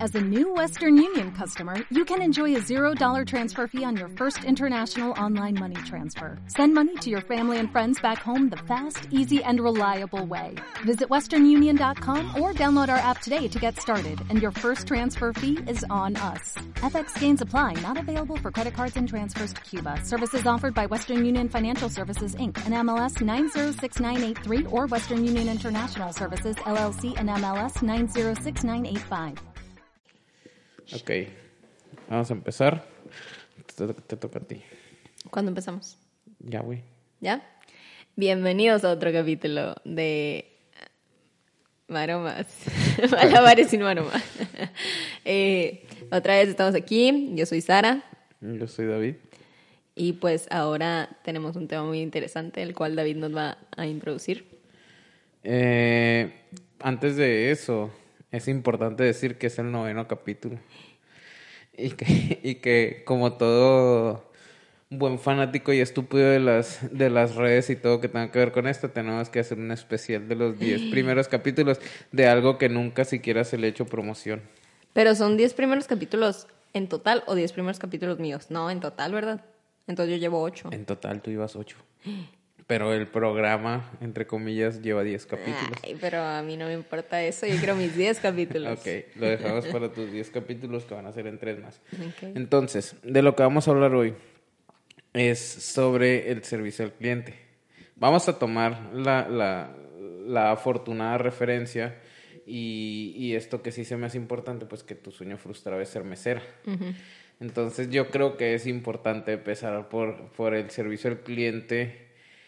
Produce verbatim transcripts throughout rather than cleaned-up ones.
As a new Western Union customer, you can enjoy a zero dollars transfer fee on your first international online money transfer. Send money to your family and friends back home the fast, easy, and reliable way. Visit western union dot com or download our app today to get started, and your first transfer fee is on us. F X gains apply, not available for credit cards and transfers to Cuba. Services offered by Western Union Financial Services, Incorporated, and M L S nine zero six nine eight three or Western Union International Services, L L C, and M L S nine zero six nine eight five. Ok, vamos a empezar. Te, te toca a ti. ¿Cuándo empezamos? Ya, güey. ¿Ya? Bienvenidos a otro capítulo de Maromas. Malabares sin maromas. eh, otra vez estamos aquí. Yo soy Sara. Yo soy David. Y pues ahora tenemos un tema muy interesante, el cual David nos va a introducir. Eh, antes de eso, es importante decir que es el noveno capítulo. Y que, y que como todo buen fanático y estúpido de las, de las redes y todo que tenga que ver con esto, tenemos que hacer un especial de los diez primeros capítulos de algo que nunca siquiera se le ha hecho promoción. Pero son diez primeros capítulos en total o diez primeros capítulos míos. No, en total, ¿verdad? Entonces yo llevo ocho. En total tú ibas ocho. Pero el programa, entre comillas, lleva diez capítulos. Ay, pero a mí no me importa eso. Yo quiero mis diez capítulos. Ok, lo dejamos para tus diez capítulos que van a ser en tres más. Okay. Entonces, de lo que vamos a hablar hoy es sobre el servicio al cliente. Vamos a tomar la, la, la afortunada referencia y, y esto que sí se me hace importante, pues que tu sueño frustrado es ser mesera. Uh-huh. Entonces yo creo que es importante empezar por, por el servicio al cliente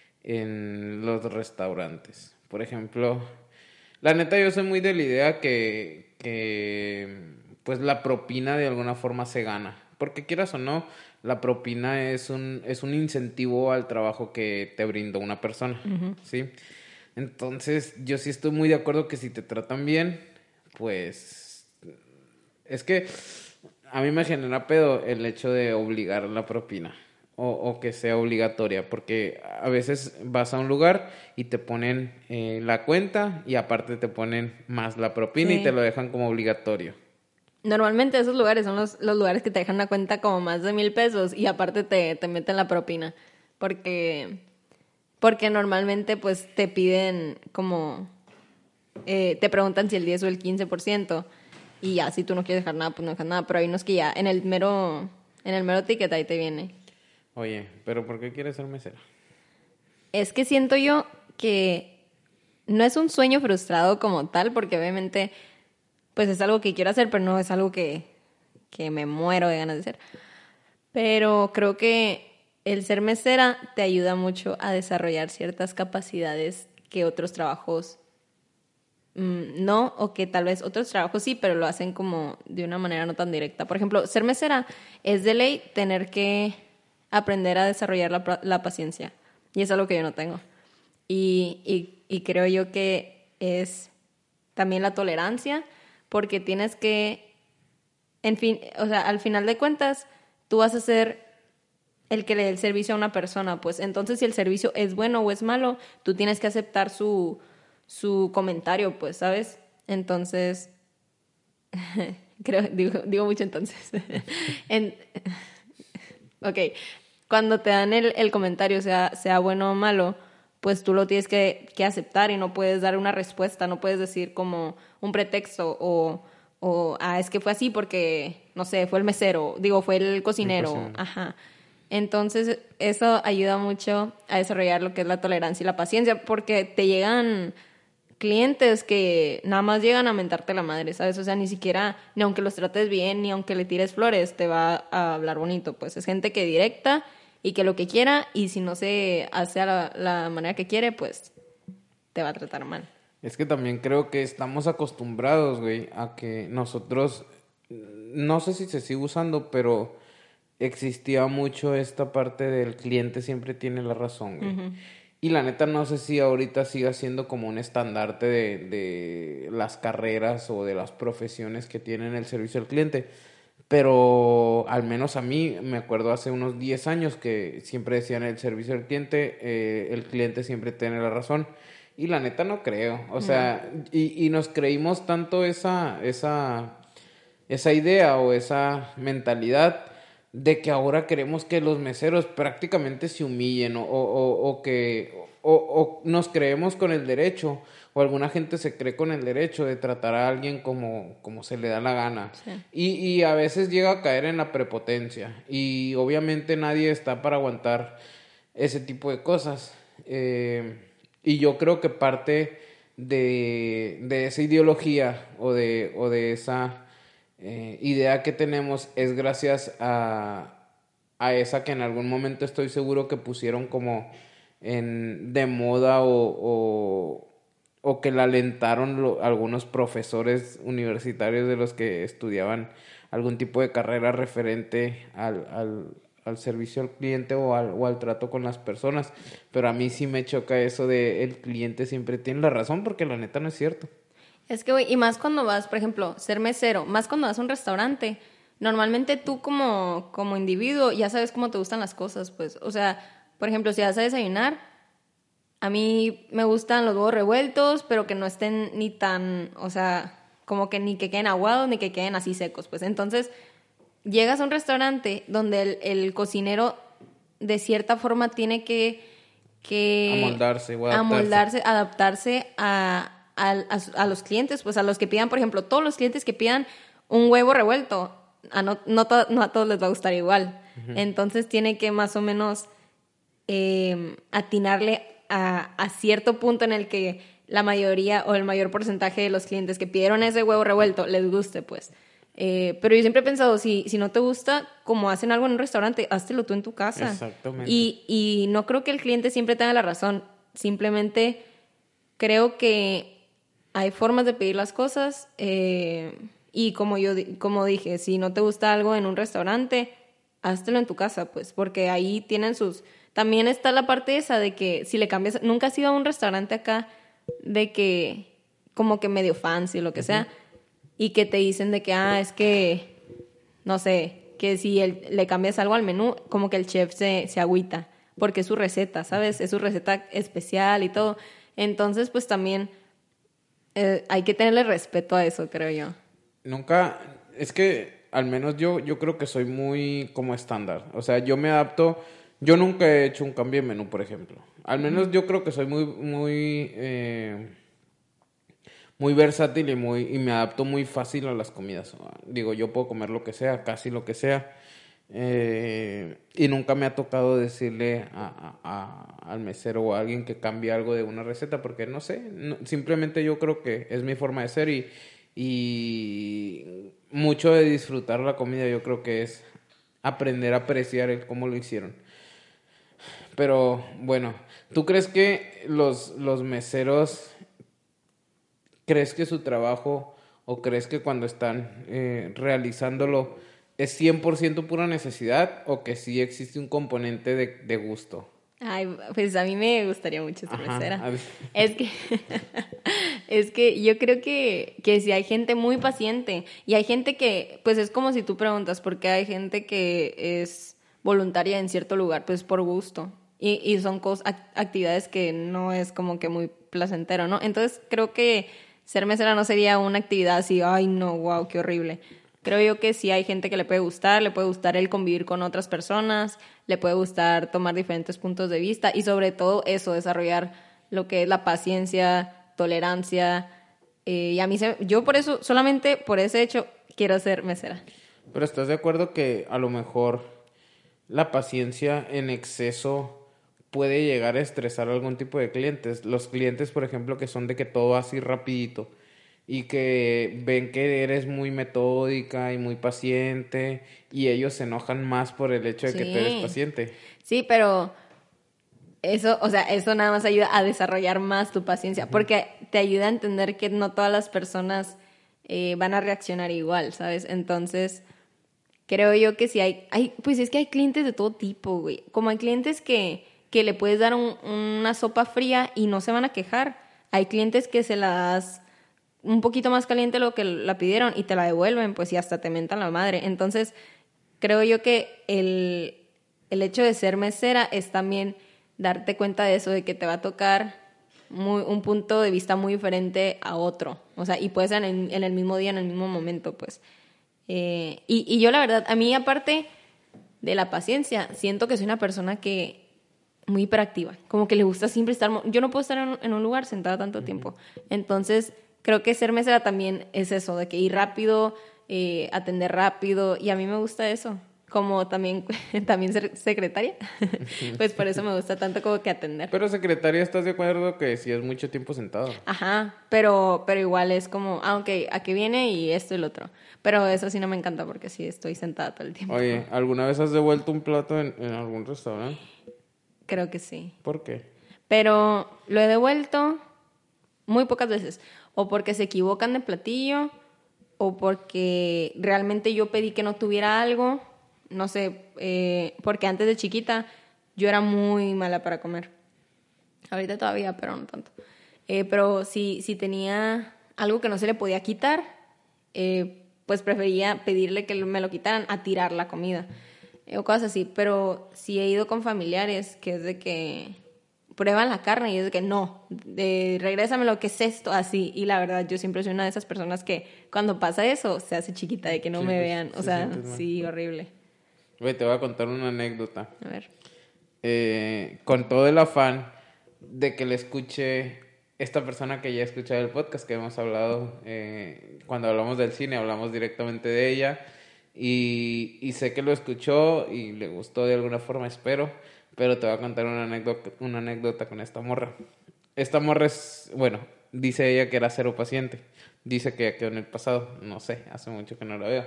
en los restaurantes. Por ejemplo, la neta yo soy muy de la idea que, que pues la propina de alguna forma se gana. Porque quieras o no, la propina es un, es un incentivo al trabajo que te brindó una persona, uh-huh. ¿sí? Entonces yo sí estoy muy de acuerdo que si te tratan bien, pues es que a mí me genera pedo el hecho de obligar la propina o, o que sea obligatoria, porque a veces vas a un lugar y te ponen eh, la cuenta y aparte te ponen más la propina, sí. Y te lo dejan como obligatorio. Normalmente esos lugares son los, los lugares que te dejan una cuenta como más de mil pesos y aparte te, te meten la propina, porque, porque normalmente pues te piden como, eh, te preguntan si el diez o el quince por ciento. Y ya, si tú no quieres dejar nada, pues no dejas nada. Pero hay unos que ya, en el mero, en el mero ticket ahí te viene. Oye, ¿pero por qué quieres ser mesera? Es que siento yo que no es un sueño frustrado como tal, porque obviamente, pues es algo que quiero hacer, pero no es algo que, que me muero de ganas de hacer. Pero creo que el ser mesera te ayuda mucho a desarrollar ciertas capacidades que otros trabajos no, o que tal vez otros trabajos sí, pero lo hacen como de una manera no tan directa. Por ejemplo, ser mesera es de ley tener que aprender a desarrollar la, la paciencia. Y es algo que yo no tengo. Y, y, y creo yo que es también la tolerancia, porque tienes que, en fin, o sea, al final de cuentas, tú vas a ser el que le dé el servicio a una persona. Pues entonces, si el servicio es bueno o es malo, tú tienes que aceptar su... su comentario, pues, ¿sabes? Entonces, creo, digo, digo mucho entonces. en, ok, cuando te dan el, el comentario, sea, sea bueno o malo, pues tú lo tienes que, que aceptar y no puedes dar una respuesta, no puedes decir como un pretexto o, o, ah, es que fue así porque, no sé, fue el mesero, digo, fue el cocinero, el cocinero. Ajá. Entonces, eso ayuda mucho a desarrollar lo que es la tolerancia y la paciencia, porque te llegan clientes que nada más llegan a mentarte la madre, ¿sabes? O sea, ni siquiera, ni aunque los trates bien, ni aunque le tires flores, te va a hablar bonito. Pues es gente que directa y que lo que quiera, y si no se hace a la, la manera que quiere, pues te va a tratar mal. Es que también creo que estamos acostumbrados, güey, a que nosotros, no sé si se sigue usando, pero existía mucho esta parte del cliente siempre tiene la razón, güey. Uh-huh. Y la neta no sé si ahorita siga siendo como un estandarte de, de las carreras o de las profesiones que tienen el servicio al cliente. Pero al menos a mí me acuerdo hace unos diez años que siempre decían el servicio al cliente, eh, el cliente siempre tiene la razón. Y la neta no creo. O sea, no. y, y nos creímos tanto esa, esa, esa idea o esa mentalidad de que ahora queremos que los meseros prácticamente se humillen o, o, o que o, o nos creemos con el derecho o alguna gente se cree con el derecho de tratar a alguien como, como se le da la gana. Sí. Y, y a veces llega a caer en la prepotencia y obviamente nadie está para aguantar ese tipo de cosas. Eh, y yo creo que parte de, de esa ideología o de, o de esa eh, idea que tenemos es gracias a, a esa que en algún momento estoy seguro que pusieron como en, de moda o, o, o que la alentaron lo, algunos profesores universitarios de los que estudiaban algún tipo de carrera referente al, al, al servicio al cliente o al, o al trato con las personas. Pero a mí sí me choca eso de el cliente siempre tiene la razón, porque la neta no es cierto. Es que, güey, y más cuando vas, por ejemplo, ser mesero, más cuando vas a un restaurante, normalmente tú como, como individuo ya sabes cómo te gustan las cosas, pues. O sea, por ejemplo, si vas a desayunar, a mí me gustan los huevos revueltos, pero que no estén ni tan, o sea, como que ni que queden aguados ni que queden así secos, pues. Entonces, llegas a un restaurante donde el, el cocinero de cierta forma tiene que... que amoldarse, o adaptarse. amoldarse, adaptarse a... A, a, a los clientes, pues a los que pidan, por ejemplo, todos los clientes que pidan un huevo revuelto, a no, no, to, no a todos les va a gustar igual. Uh-huh. Entonces tiene que más o menos eh, atinarle a, a cierto punto en el que la mayoría o el mayor porcentaje de los clientes que pidieron ese huevo revuelto les guste, pues. Eh, pero yo siempre he pensado, si, si no te gusta, como hacen algo en un restaurante, háztelo tú en tu casa. Exactamente. Y, y no creo que el cliente siempre tenga la razón. Simplemente creo que hay formas de pedir las cosas eh, y como yo como dije, si no te gusta algo en un restaurante, háztelo en tu casa, pues, porque ahí tienen sus... También está la parte esa de que si le cambias... Nunca has ido a un restaurante acá de que como que medio fancy o lo que uh-huh. sea y que te dicen de que, ah, es que, no sé, que si el, le cambias algo al menú, como que el chef se, se agüita porque es su receta, ¿sabes? Es su receta especial y todo. Entonces, pues también... Eh, hay que tenerle respeto a eso, creo yo. Nunca, es que al menos yo, yo creo que soy muy como estándar. O sea, yo me adapto, yo nunca he hecho un cambio de menú, por ejemplo. Al menos yo creo que soy muy, muy, eh, muy versátil y, muy, y me adapto muy fácil a las comidas. Digo, yo puedo comer lo que sea, casi lo que sea. Eh, y nunca me ha tocado decirle a, a, a, al mesero o a alguien que cambie algo de una receta porque no sé, no, simplemente yo creo que es mi forma de ser y, y mucho de disfrutar la comida yo creo que es aprender a apreciar el cómo lo hicieron. Pero bueno, ¿tú crees que los, los meseros, crees que su trabajo o crees que cuando están eh, realizándolo ¿es cien por ciento pura necesidad o que sí existe un componente de, de gusto? Ay, pues a mí me gustaría mucho ser Ajá, mesera. Es que, es que yo creo que, que sí hay gente muy paciente y hay gente que, pues es como si tú preguntas, ¿por qué hay gente que es voluntaria en cierto lugar? Pues por gusto. Y, y son cos, actividades que no es como que muy placentero, ¿no? Entonces creo que ser mesera no sería una actividad así, ay no, wow, qué horrible. Creo yo que sí hay gente que le puede gustar, le puede gustar el convivir con otras personas, le puede gustar tomar diferentes puntos de vista y sobre todo eso, desarrollar lo que es la paciencia, tolerancia. Eh, y a mí, se, yo por eso, solamente por ese hecho, quiero ser mesera. Pero ¿estás de acuerdo que a lo mejor la paciencia en exceso puede llegar a estresar a algún tipo de clientes? Los clientes, por ejemplo, que son de que todo así rapidito. Y que ven que eres muy metódica y muy paciente y ellos se enojan más por el hecho de sí. que tú eres paciente. Sí, pero eso, o sea, eso nada más ayuda a desarrollar más tu paciencia, uh-huh. porque te ayuda a entender que no todas las personas eh, van a reaccionar igual, ¿sabes? Entonces, creo yo que sí hay, hay, pues es que hay clientes de todo tipo, güey. Como hay clientes que, que le puedes dar un, una sopa fría y no se van a quejar. Hay clientes que se la das un poquito más caliente de lo que la pidieron y te la devuelven, pues y hasta te mentan la madre. Entonces, creo yo que el, el hecho de ser mesera es también darte cuenta de eso, de que te va a tocar muy, un punto de vista muy diferente a otro. O sea, y puede ser en, en el mismo día, en el mismo momento, pues. Eh, y, y yo la verdad, a mí aparte de la paciencia, siento que soy una persona que muy hiperactiva, como que le gusta siempre estar, yo no puedo estar en, en un lugar sentada tanto tiempo, entonces creo que ser mesera también es eso, de que ir rápido, eh, atender rápido, y a mí me gusta eso, como también, también ser secretaria, pues por eso me gusta tanto como que atender. Pero secretaria, ¿estás de acuerdo que si es mucho tiempo sentado? Ajá, pero, pero igual es como, ah, ok, ¿a qué viene? Y esto y lo otro. Pero eso sí no me encanta porque sí estoy sentada todo el tiempo. Oye, ¿alguna vez has devuelto un plato en, en algún restaurante? Creo que sí. ¿Por qué? Pero lo he devuelto muy pocas veces. O porque se equivocan de platillo, o porque realmente yo pedí que no tuviera algo. No sé, eh, porque antes de chiquita yo era muy mala para comer. Ahorita todavía, pero no tanto. Eh, pero si, si tenía algo que no se le podía quitar, eh, pues prefería pedirle que me lo quitaran a tirar la comida. Eh, o cosas así. Pero sí he ido con familiares que es de que prueban la carne y es de que no, de, regrésame lo que es esto, así. Y la verdad, yo siempre soy una de esas personas que cuando pasa eso se hace chiquita de que no Sí, me pues, vean. O se sea, sientes mal. sí, horrible. Güey, te voy a contar una anécdota. A ver. Eh, con todo el afán de que le escuche esta persona que ya ha escuchado el podcast, que hemos hablado, eh, cuando hablamos del cine, hablamos directamente de ella. Y, y sé que lo escuchó y le gustó de alguna forma, espero. Pero te voy a contar una anécdota, una anécdota con esta morra. Esta morra es, bueno, dice ella que era cero paciente. Dice que ya quedó en el pasado. No sé, hace mucho que no la veo.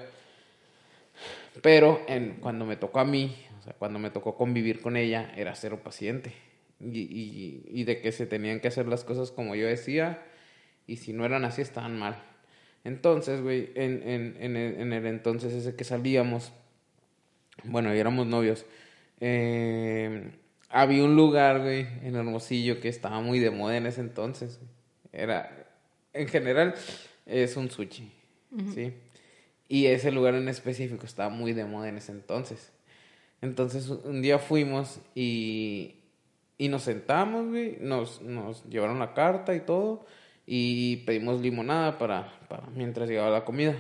Pero en, cuando me tocó a mí, o sea, cuando me tocó convivir con ella, era cero paciente. Y, y, y de que se tenían que hacer las cosas como yo decía. Y si no eran así, estaban mal. Entonces, güey, en, en, en, el, en el entonces ese que salíamos, bueno, y éramos novios, eh, había un lugar, güey, en Hermosillo que estaba muy de moda en ese entonces. Era, en general, es un sushi, uh-huh. ¿Sí? Y ese lugar en específico estaba muy de moda en ese entonces. Entonces, un día fuimos y, y nos sentamos, güey, nos, nos llevaron la carta y todo, y pedimos limonada para, para mientras llegaba la comida.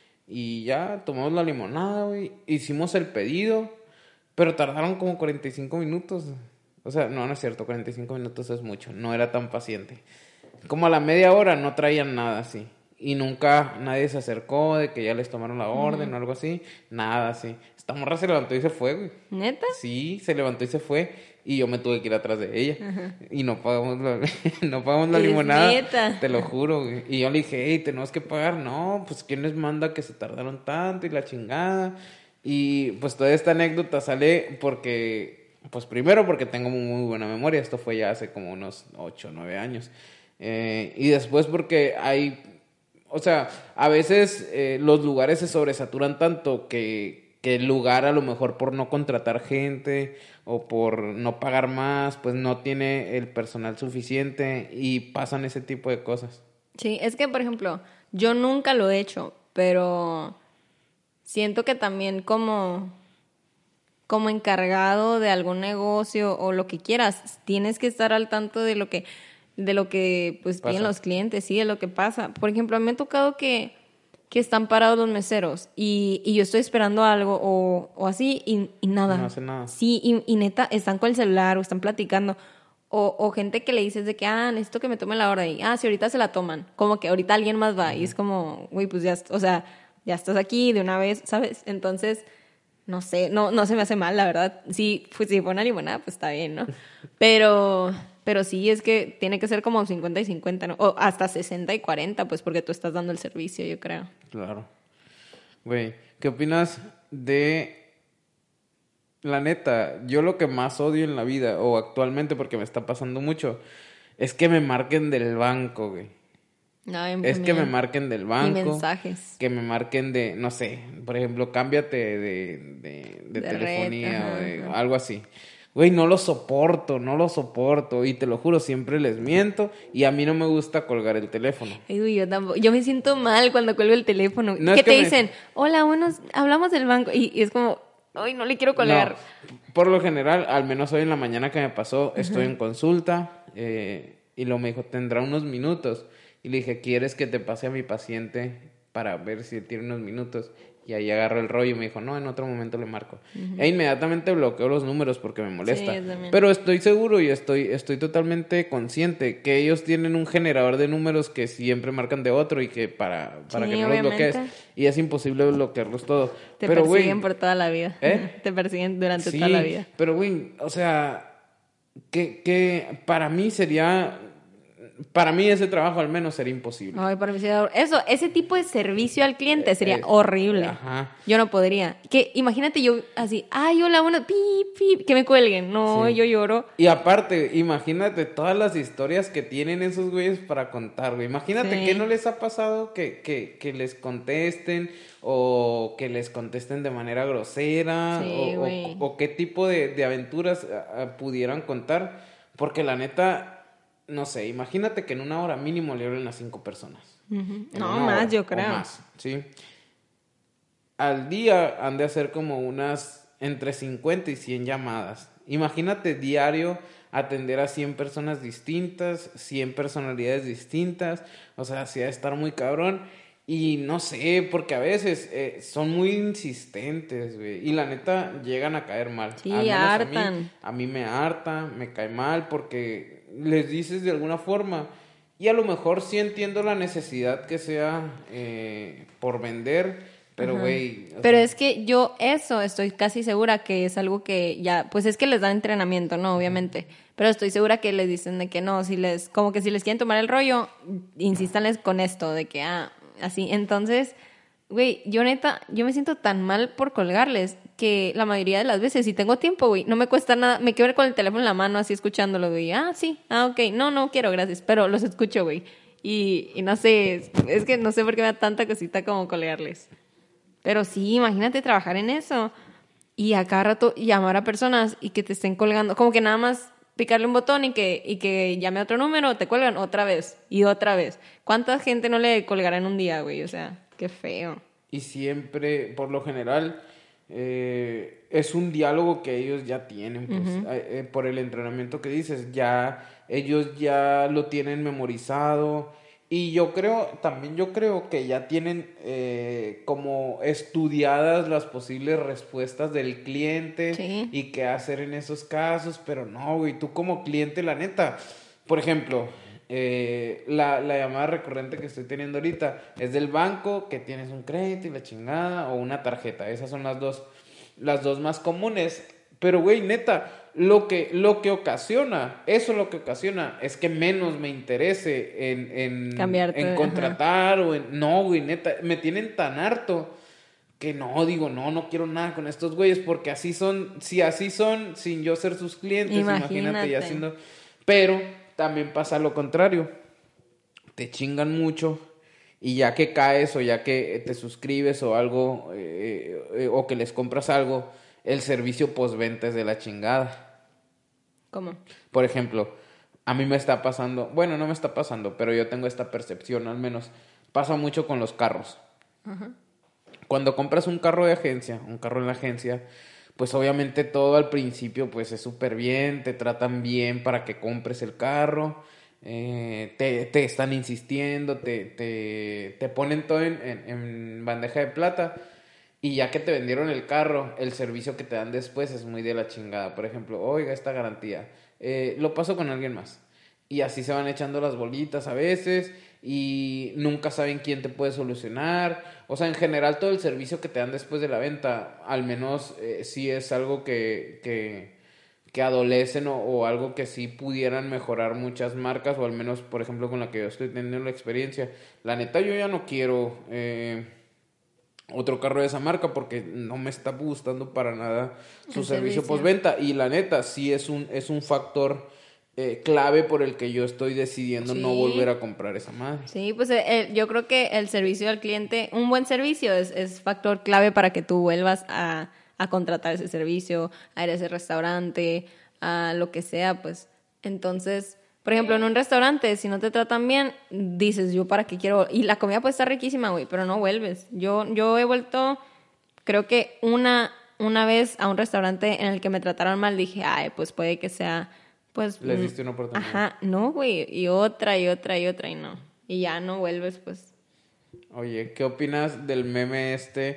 Y ya tomamos la limonada, güey, hicimos el pedido, pero tardaron como cuarenta y cinco minutos. O sea, no, no es cierto, cuarenta y cinco minutos es mucho, no era tan paciente. Como a la media hora no traían nada así. Y nunca nadie se acercó de que ya les tomaron la orden uh-huh. o algo así. Nada así. Esta morra se levantó y se fue, güey. ¿Neta? Sí, se levantó y se fue. Y yo me tuve que ir atrás de ella. Uh-huh. Y no pagamos la, no pagamos la limonada. Neta. Te lo juro, güey. Y yo le dije, hey, tenemos que pagar. No, pues ¿quién les manda que se tardaron tanto? Y la chingada. Y pues toda esta anécdota sale porque... Pues primero porque tengo muy buena memoria. Esto fue ya hace como unos ocho o nueve años. Eh, y después porque hay... O sea, a veces eh, los lugares se sobresaturan tanto que, que el lugar a lo mejor por no contratar gente o por no pagar más, pues no tiene el personal suficiente y pasan ese tipo de cosas. Sí, es que, por ejemplo, yo nunca lo he hecho, pero siento que también como, como encargado de algún negocio o lo que quieras, tienes que estar al tanto de lo que... de lo que pues piden los clientes, sí, de lo que pasa. Por ejemplo, a mí me ha tocado que, que están parados los meseros y, y yo estoy esperando algo o, o así y, y nada. No hace nada. Sí, y, y neta, están con el celular o están platicando. O, o gente que le dices de que, ah, necesito que me tome la orden. Y, ah, sí, ahorita se la toman. Como que ahorita alguien más va. Uh-huh. Y es como, güey, pues ya, o sea, ya estás aquí de una vez, ¿sabes? Entonces... No sé, no, no se me hace mal, la verdad. Sí, pues si fue una limonada, pues está bien, ¿no? Pero, pero sí, es que tiene que ser como cincuenta y cincuenta, ¿no? O hasta sesenta y cuarenta, pues porque tú estás dando el servicio, yo creo. Claro. Güey, ¿qué opinas de... La neta, yo lo que más odio en la vida, o actualmente porque me está pasando mucho, es que me marquen del banco, güey. No, es que me marquen del banco. Y mensajes. Que me marquen de, no sé, por ejemplo, cámbiate de, de, de, de telefonía red, ajá, o de ajá. algo así. Güey, no lo soporto, no lo soporto. Y te lo juro, siempre les miento. Y a mí no me gusta colgar el teléfono. Ay, güey, yo tampoco. Yo me siento mal cuando cuelgo el teléfono. No ¿Qué es que te me... dicen? Hola, buenos, hablamos del banco. Y, y es como, ay, no le quiero colgar. No, por lo general, al menos hoy en la mañana que me pasó, uh-huh. estoy en consulta. Eh, y luego me dijo, tendrá unos minutos. Y le dije, ¿quieres que te pase a mi paciente para ver si tiene unos minutos? Y ahí agarró el rollo y me dijo, no, en otro momento le marco. Uh-huh. E inmediatamente bloqueo los números porque me molesta. Sí, pero estoy seguro y estoy, estoy totalmente consciente que ellos tienen un generador de números que siempre marcan de otro y que para, para sí, que no obviamente. Los bloquees. Y es imposible bloquearlos todos. Te pero, persiguen güey, por toda la vida. ¿Eh? Te persiguen durante sí, toda la vida. Pero, güey, o sea, que, que para mí sería... Para mí ese trabajo al menos sería imposible. Ay, para mí sería... Eso, ese tipo de servicio al cliente sería eh, horrible. Ajá. Yo no podría. Que imagínate yo así, ay, hola, bueno, pip, pip, que me cuelguen. No, sí. Yo lloro. Y aparte, imagínate todas las historias que tienen esos güeyes para contar, güey. Imagínate sí. Que no les ha pasado que, que, que les contesten o que les contesten de manera grosera sí, o, o, o qué tipo de, de aventuras uh, pudieran contar. Porque la neta... No sé, imagínate que en una hora mínimo le hablen a cinco personas. Uh-huh. No, más, yo creo. O más, ¿sí? Al día han de hacer como unas entre cincuenta y cien llamadas. Imagínate diario atender a cien personas distintas, cien personalidades distintas. O sea, sí ha de estar muy cabrón. Y no sé, porque a veces eh, son muy insistentes, güey. Y la neta llegan a caer mal. Sí, hartan. A mí, a mí me harta, me cae mal porque les dices de alguna forma. Y a lo mejor sí entiendo la necesidad que sea eh, por vender, pero güey... Pero sea... es que yo eso estoy casi segura que es algo que ya... Pues es que les dan entrenamiento, ¿no? Obviamente. Pero estoy segura que les dicen de que no, si les... Como que si les quieren tomar el rollo, insístanles con esto, de que... ah así, entonces, güey, yo neta, yo me siento tan mal por colgarles que la mayoría de las veces, si tengo tiempo, güey, no me cuesta nada, me quedo con el teléfono en la mano así escuchándolo, güey, ah, sí, ah, ok, no, no quiero, gracias, pero los escucho, güey, y, y no sé, es que no sé por qué me da tanta cosita como colgarles, pero sí, imagínate trabajar en eso, y a cada rato llamar a personas y que te estén colgando, como que nada más picarle un botón y que, y que llame a otro número, te cuelgan otra vez y otra vez. ¿Cuánta gente no le colgará en un día, güey? O sea, qué feo. Y siempre, por lo general, eh, es un diálogo que ellos ya tienen, pues, uh-huh. eh, por el entrenamiento que dices, ya, ellos ya lo tienen memorizado. Y yo creo, también yo creo que ya tienen eh, como estudiadas las posibles respuestas del cliente sí. Y qué hacer en esos casos, pero no, güey, tú como cliente, la neta, por ejemplo, eh, la, la llamada recurrente que estoy teniendo ahorita es del banco, que tienes un crédito y la chingada, o una tarjeta, esas son las dos, las dos más comunes, pero güey, neta... Lo que, lo que ocasiona, eso lo que ocasiona es que menos me interese en, en, Cambiarte, en contratar ajá. O en... No, güey, neta, me tienen tan harto que no, digo, no, no quiero nada con estos güeyes porque así son, si así son, sin yo ser sus clientes, imagínate, imagínate ya siendo... Pero también pasa lo contrario, te chingan mucho y ya que caes o ya que te suscribes o algo, eh, eh, o que les compras algo... El servicio postventa es de la chingada. ¿Cómo? Por ejemplo, a mí me está pasando... Bueno, no me está pasando, pero yo tengo esta percepción, al menos. Pasa mucho con los carros. Uh-huh. Cuando compras un carro de agencia, un carro en la agencia, pues obviamente todo al principio pues es súper bien, te tratan bien para que compres el carro, eh, te, te están insistiendo, te, te, te ponen todo en, en, en bandeja de plata... Y ya que te vendieron el carro, el servicio que te dan después es muy de la chingada. Por ejemplo, oiga, esta garantía, eh, lo paso con alguien más. Y así se van echando las bolitas a veces y nunca saben quién te puede solucionar. O sea, en general todo el servicio que te dan después de la venta, al menos eh, sí es algo que, que, que adolecen o, o algo que sí pudieran mejorar muchas marcas. O al menos, por ejemplo, con la que yo estoy teniendo la experiencia. La neta, yo ya no quiero... Eh, otro carro de esa marca porque no me está gustando para nada su el servicio, servicio postventa y la neta sí es un es un factor eh, clave por el que yo estoy decidiendo sí. No volver a comprar esa madre. Sí, pues eh, yo creo que el servicio al cliente, un buen servicio es, es factor clave para que tú vuelvas a, a contratar ese servicio, a ir a ese restaurante, a lo que sea, pues entonces... Por ejemplo, en un restaurante, si no te tratan bien, dices, yo para qué quiero... Y la comida puede estar riquísima, güey, pero no vuelves. Yo, yo he vuelto, creo que una, una vez a un restaurante en el que me trataron mal, dije, ay, pues puede que sea... pues Les diste una oportunidad. Ajá, no, güey, y otra, y otra, y otra, y no. Y ya no vuelves, pues. Oye, ¿qué opinas del meme este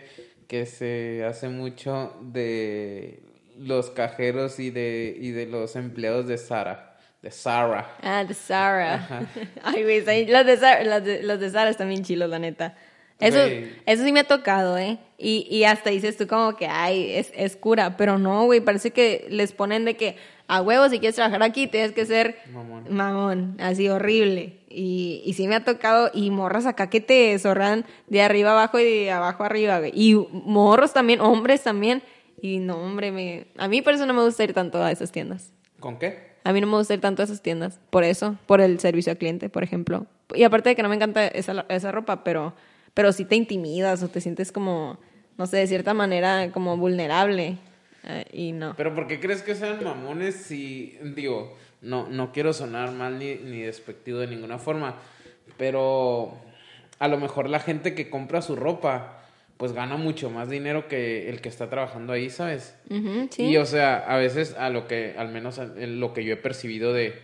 que se hace mucho de los cajeros y de, y de los empleados de Zara. De Zara. Ah, de Zara. Ay, güey, está bien- los de Zara, los de, los de Zara están bien chilos, la neta. Eso, Güey. eso sí me ha tocado, ¿eh? Y, y hasta dices tú como que, ay, es, es cura. Pero no, güey, parece que les ponen de que a huevo, si quieres trabajar aquí, tienes que ser Mamón. mamón, así horrible. Y, y sí me ha tocado, y morras acá que te zorran de arriba abajo y de abajo arriba, güey. Y morros también, hombres también. Y no, hombre, me, a mí por eso no me gusta ir tanto a esas tiendas. ¿Con qué? A mí no me gusta ir tanto a esas tiendas, por eso, por el servicio al cliente, por ejemplo. Y aparte de que no me encanta esa, esa ropa, pero, pero sí te intimidas o te sientes como, no sé, de cierta manera como vulnerable. Eh, y no. Pero ¿por qué crees que sean mamones si, digo, no, no quiero sonar mal ni, ni despectivo de ninguna forma, pero a lo mejor la gente que compra su ropa, pues gana mucho más dinero que el que está trabajando ahí, ¿sabes? Ujú, sí. Y o sea, a veces a lo que, al menos en lo que yo he percibido de,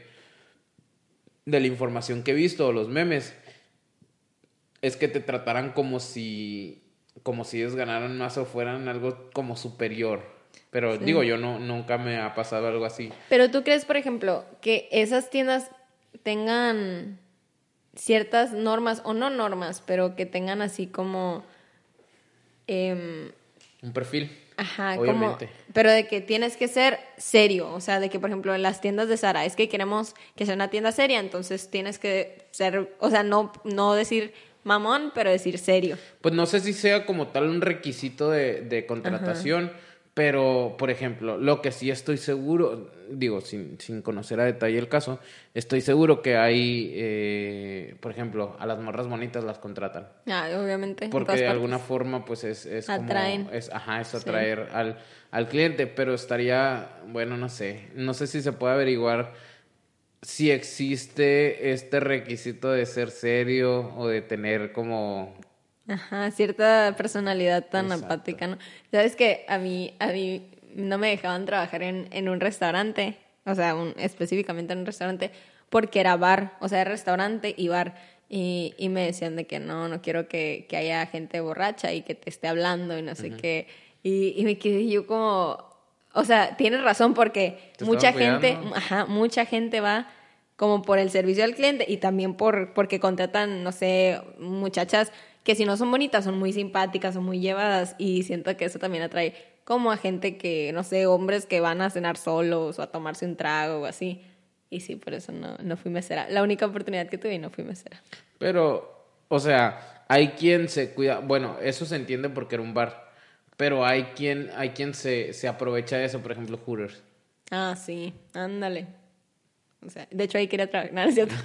de la información que he visto, o los memes, es que te trataran como si, como si ellos ganaran más o fueran algo como superior. Pero Sí. digo, yo no, nunca me ha pasado algo así. Pero tú crees, por ejemplo, que esas tiendas tengan ciertas normas, o no normas, pero que tengan así como... em, Un perfil. Ajá, Obviamente. como, pero de que tienes que ser serio, o sea, de que por ejemplo en las tiendas de Zara es que queremos que sea una tienda seria, entonces tienes que ser, o sea, no, no decir mamón, pero decir serio. Pues no sé si sea como tal un requisito de, de contratación, pero, por ejemplo, lo que sí estoy seguro, digo, sin, sin conocer a detalle el caso, estoy seguro que hay, eh, por ejemplo, a las morras bonitas las contratan. Ah, obviamente. en Porque todas de partes. alguna forma, pues es, es Atraen. como, es, ajá, es Sí. atraer al, al cliente, pero estaría, bueno, no sé, no sé si se puede averiguar si existe este requisito de ser serio o de tener como... Ajá, cierta personalidad tan Exacto. apática, ¿no? Sabes que a mí, a mí no me dejaban trabajar en, en un restaurante, o sea, un, específicamente en un restaurante, porque era bar, o sea, era restaurante y bar. Y, y me decían de que no, no quiero que, que haya gente borracha y que te esté hablando y no sé qué. Y, y me quedé yo como, o sea, tienes razón porque Te mucha estaban gente, cuidando. ajá, mucha gente va como por el servicio al cliente y también por porque contratan, no sé, muchachas que si no son bonitas son muy simpáticas, son muy llevadas y siento que eso también atrae como a gente que, no sé, hombres que van a cenar solos o a tomarse un trago o así. Y sí, por eso no, no fui mesera. La única oportunidad que tuve y no fui mesera. Pero, o sea, hay quien se cuida, bueno, eso se entiende porque era un bar, pero hay quien, hay quien se, se aprovecha de eso, por ejemplo, Hooters. Ah, sí, ándale. O sea, de hecho ahí quería trabajar, no, no es cierto.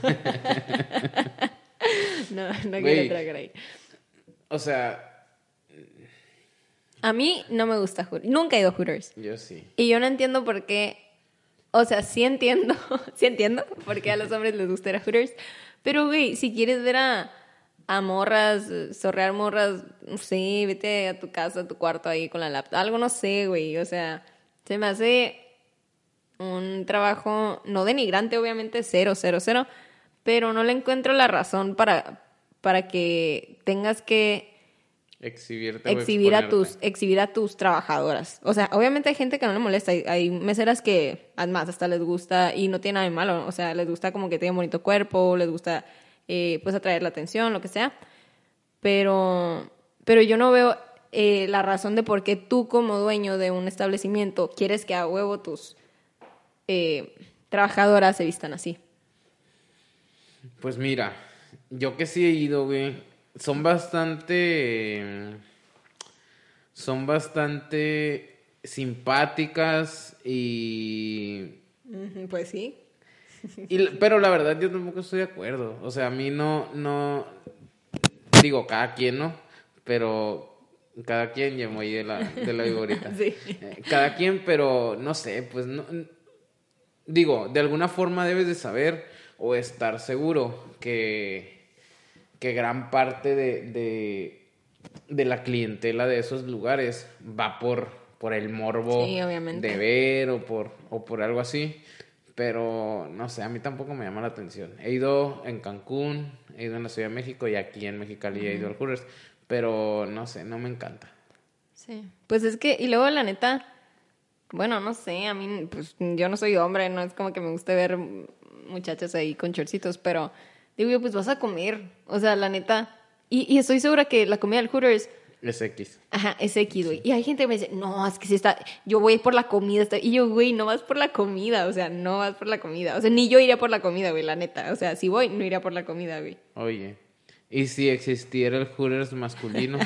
no, no quería Güey. trabajar ahí. O sea, A mí no me gusta Hooters. Nunca he ido a Hooters. yo sí. Y yo no entiendo por qué. O sea, sí entiendo. sí entiendo por qué a los hombres les gusta ir a Hooters. Pero, güey, si quieres ver a, a morras, eh, zorrear morras, no sé, vete a tu casa, a tu cuarto ahí con la laptop. Algo no sé, güey. O sea, se me hace un trabajo no denigrante, obviamente, cero, cero, cero. Pero no le encuentro la razón para, para que tengas que Exhibirte o exhibir a exponerte. tus exhibir a tus trabajadoras. O sea, obviamente hay gente que no le molesta, hay, hay meseras que además hasta les gusta y no tiene nada de malo, o sea, les gusta como que tenga bonito cuerpo, les gusta eh, pues atraer la atención, lo que sea. Pero pero yo no veo eh, la razón de por qué tú como dueño de un establecimiento quieres que a huevo tus eh, trabajadoras se vistan así. Pues mira, yo que sí he ido, güey, son bastante... Son bastante simpáticas y... Pues sí. y pero la verdad yo tampoco estoy de acuerdo. O sea, a mí no, no... Digo, cada quien, ¿no? Pero cada quien, ya me voy de la, de la viborita. Sí. Eh, Cada quien, pero no sé, pues no... Digo, de alguna forma debes de saber o estar seguro que, que gran parte de, de, de la clientela de esos lugares va por, por el morbo Sí, obviamente. de ver o por, o por algo así. Pero no sé, a mí tampoco me llama la atención. He ido en Cancún, he ido en la Ciudad de México y aquí en Mexicali he ido al Hooters, pero no sé, no me encanta. Sí. Pues es que, y luego la neta, bueno, no sé, a mí, pues yo no soy hombre, no es como que me guste ver muchachas ahí con chorcitos, pero digo yo, pues vas a comer, o sea, la neta, y, y estoy segura que la comida del Hooters es X. Ajá, es X, güey. Y hay gente que me dice, no, es que si está, yo voy por la comida. Está... Y yo, güey, no vas por la comida, o sea, no vas por la comida. O sea, ni yo iría por la comida, güey, la neta. O sea, si voy, no iría por la comida, güey. Oye, ¿y si existiera el Hooters masculino?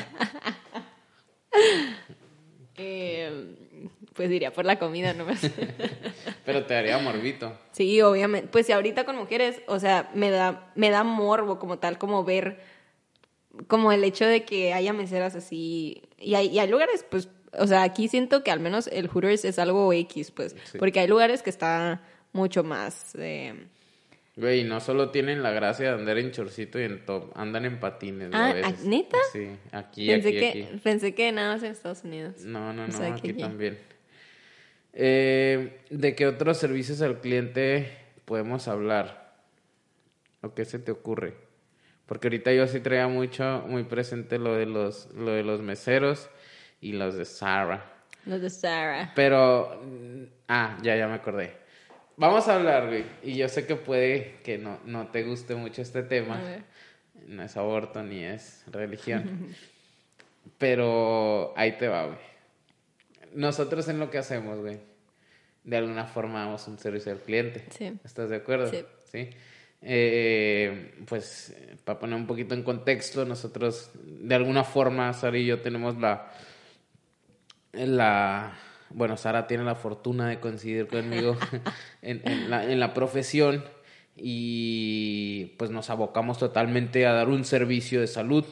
eh, pues iría por la comida nomás. Pero te daría morbito. Sí, obviamente. Pues si ahorita con mujeres, o sea, me da, me da morbo como tal, como ver... como el hecho de que haya meseras así, y hay, y hay lugares, pues, o sea, aquí siento que al menos el Hooters es algo X, pues, sí. Porque hay lugares que está mucho más... Eh... Güey, no solo tienen la gracia de andar en chorcito y en top, andan en patines ah, a veces. ¿Neta? Sí, aquí, pensé aquí, que, aquí. Pensé que nada más en Estados Unidos. No, no, no, o sea, aquí que también. Eh, ¿De qué otros servicios al cliente podemos hablar? ¿O qué se te ocurre? Porque ahorita yo sí traía mucho, muy presente lo de los, lo de los meseros y los de Zara. Los de Zara. Pero, ah, ya, ya me acordé. Vamos a hablar, güey. Y yo sé que puede que no, no te guste mucho este tema. No es aborto ni es religión. Pero ahí te va, güey. Nosotros en lo que hacemos, güey, de alguna forma damos un servicio al cliente. Sí. ¿Estás de acuerdo? Sí. ¿Sí? Eh, pues para poner un poquito en contexto, nosotros de alguna forma, Sara y yo tenemos la, la bueno, Sara tiene la fortuna de coincidir conmigo en, en, la, en la profesión y pues nos abocamos totalmente a dar un servicio de salud